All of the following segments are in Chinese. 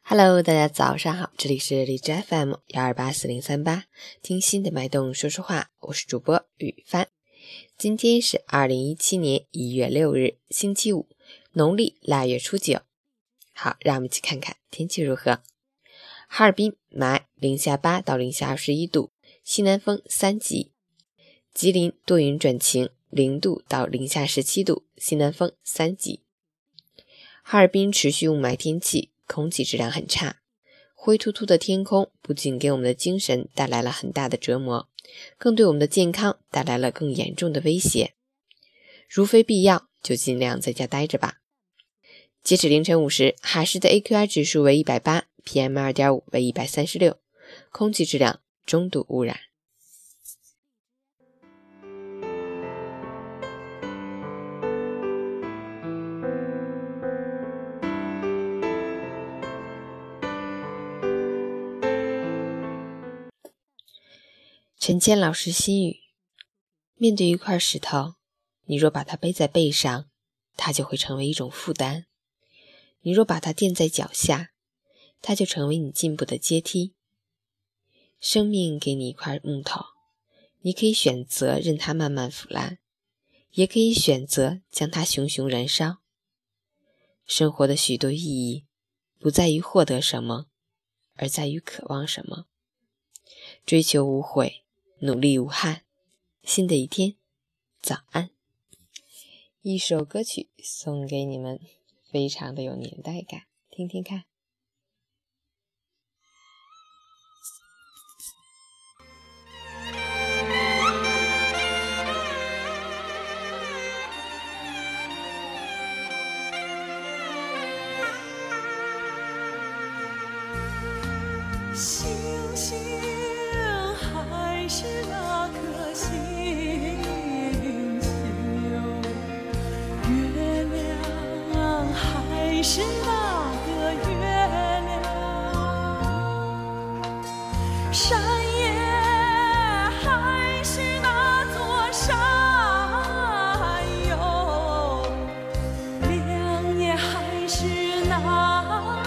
Hello， 大家早上好，这里是荔枝 FM128438，听心的脉动说说话，我是主播雨帆。今天是2017年1月6日，星期五，农历腊月初9。好，让我们一起看看天气如何。哈尔滨霾-8到-21度，西南风3级。吉林多云转晴，0度到-17度，西南风3级。哈尔滨持续雾霾天气，空气质量很差，灰秃秃的天空不仅给我们的精神带来了很大的折磨，更对我们的健康带来了更严重的威胁。如非必要，就尽量在家待着吧。截止凌晨5时，哈市的 AQI 指数为180， PM2.5 为136，空气质量中度污染。陈谦老师心语：面对一块石头，你若把它背在背上，它就会成为一种负担；你若把它垫在脚下，它就成为你进步的阶梯。生命给你一块木头，你可以选择任它慢慢腐烂，也可以选择将它熊熊燃烧。生活的许多意义，不在于获得什么，而在于渴望什么。追求无悔，努力无憾。新的一天，早安。一首歌曲送给你们，非常的有年代感，听听看。 星星还是那颗星星哟，月亮还是那个月亮，山也还是那座山哟，亮也还是那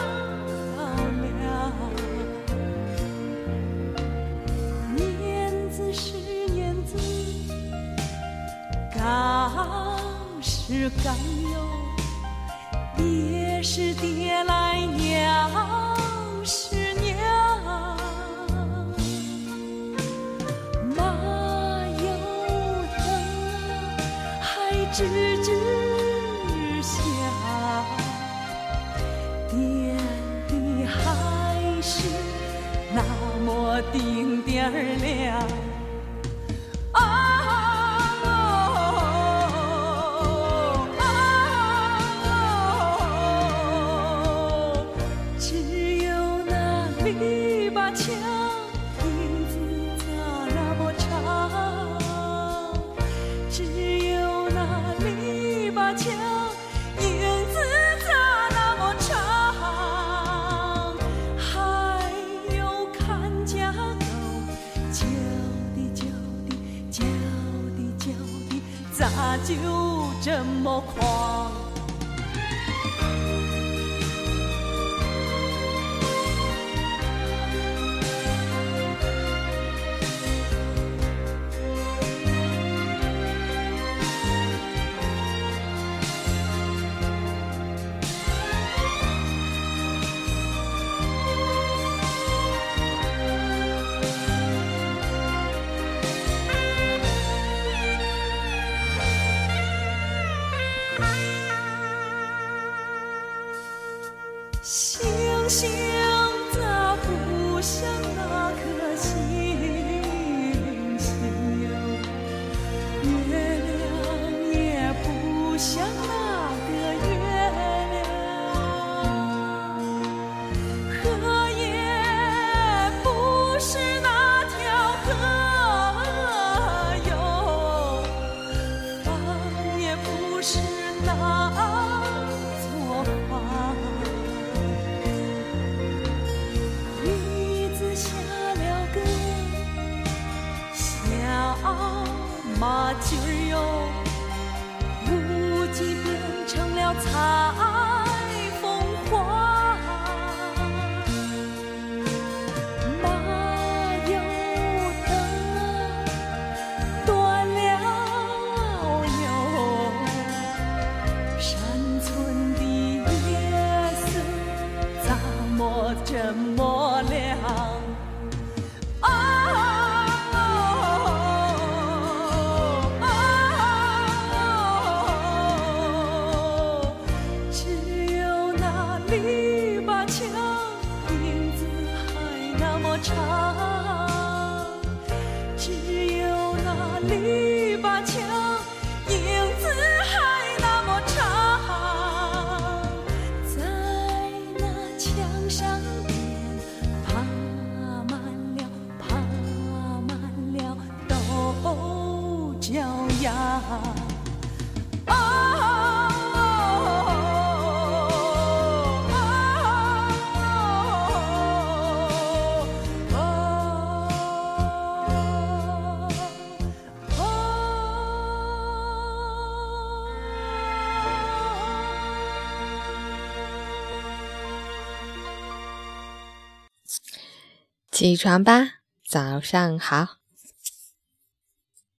刚是刚哟，爹是爹来，娘是娘，马有疼还吱吱响，爹的还是那么丁点儿亮。咋就这么狂？星星咋不像那颗星星哟，月亮也不像那个月亮，河也不是那条河哟，房也不是那座房。马驹哟，无尽变成了彩凤花。 我这么亮。只有那篱笆墙，影子还那么长。只有那篱笆墙，影子还那么长。在那墙上边爬满了豆角芽。 起床吧，早上好。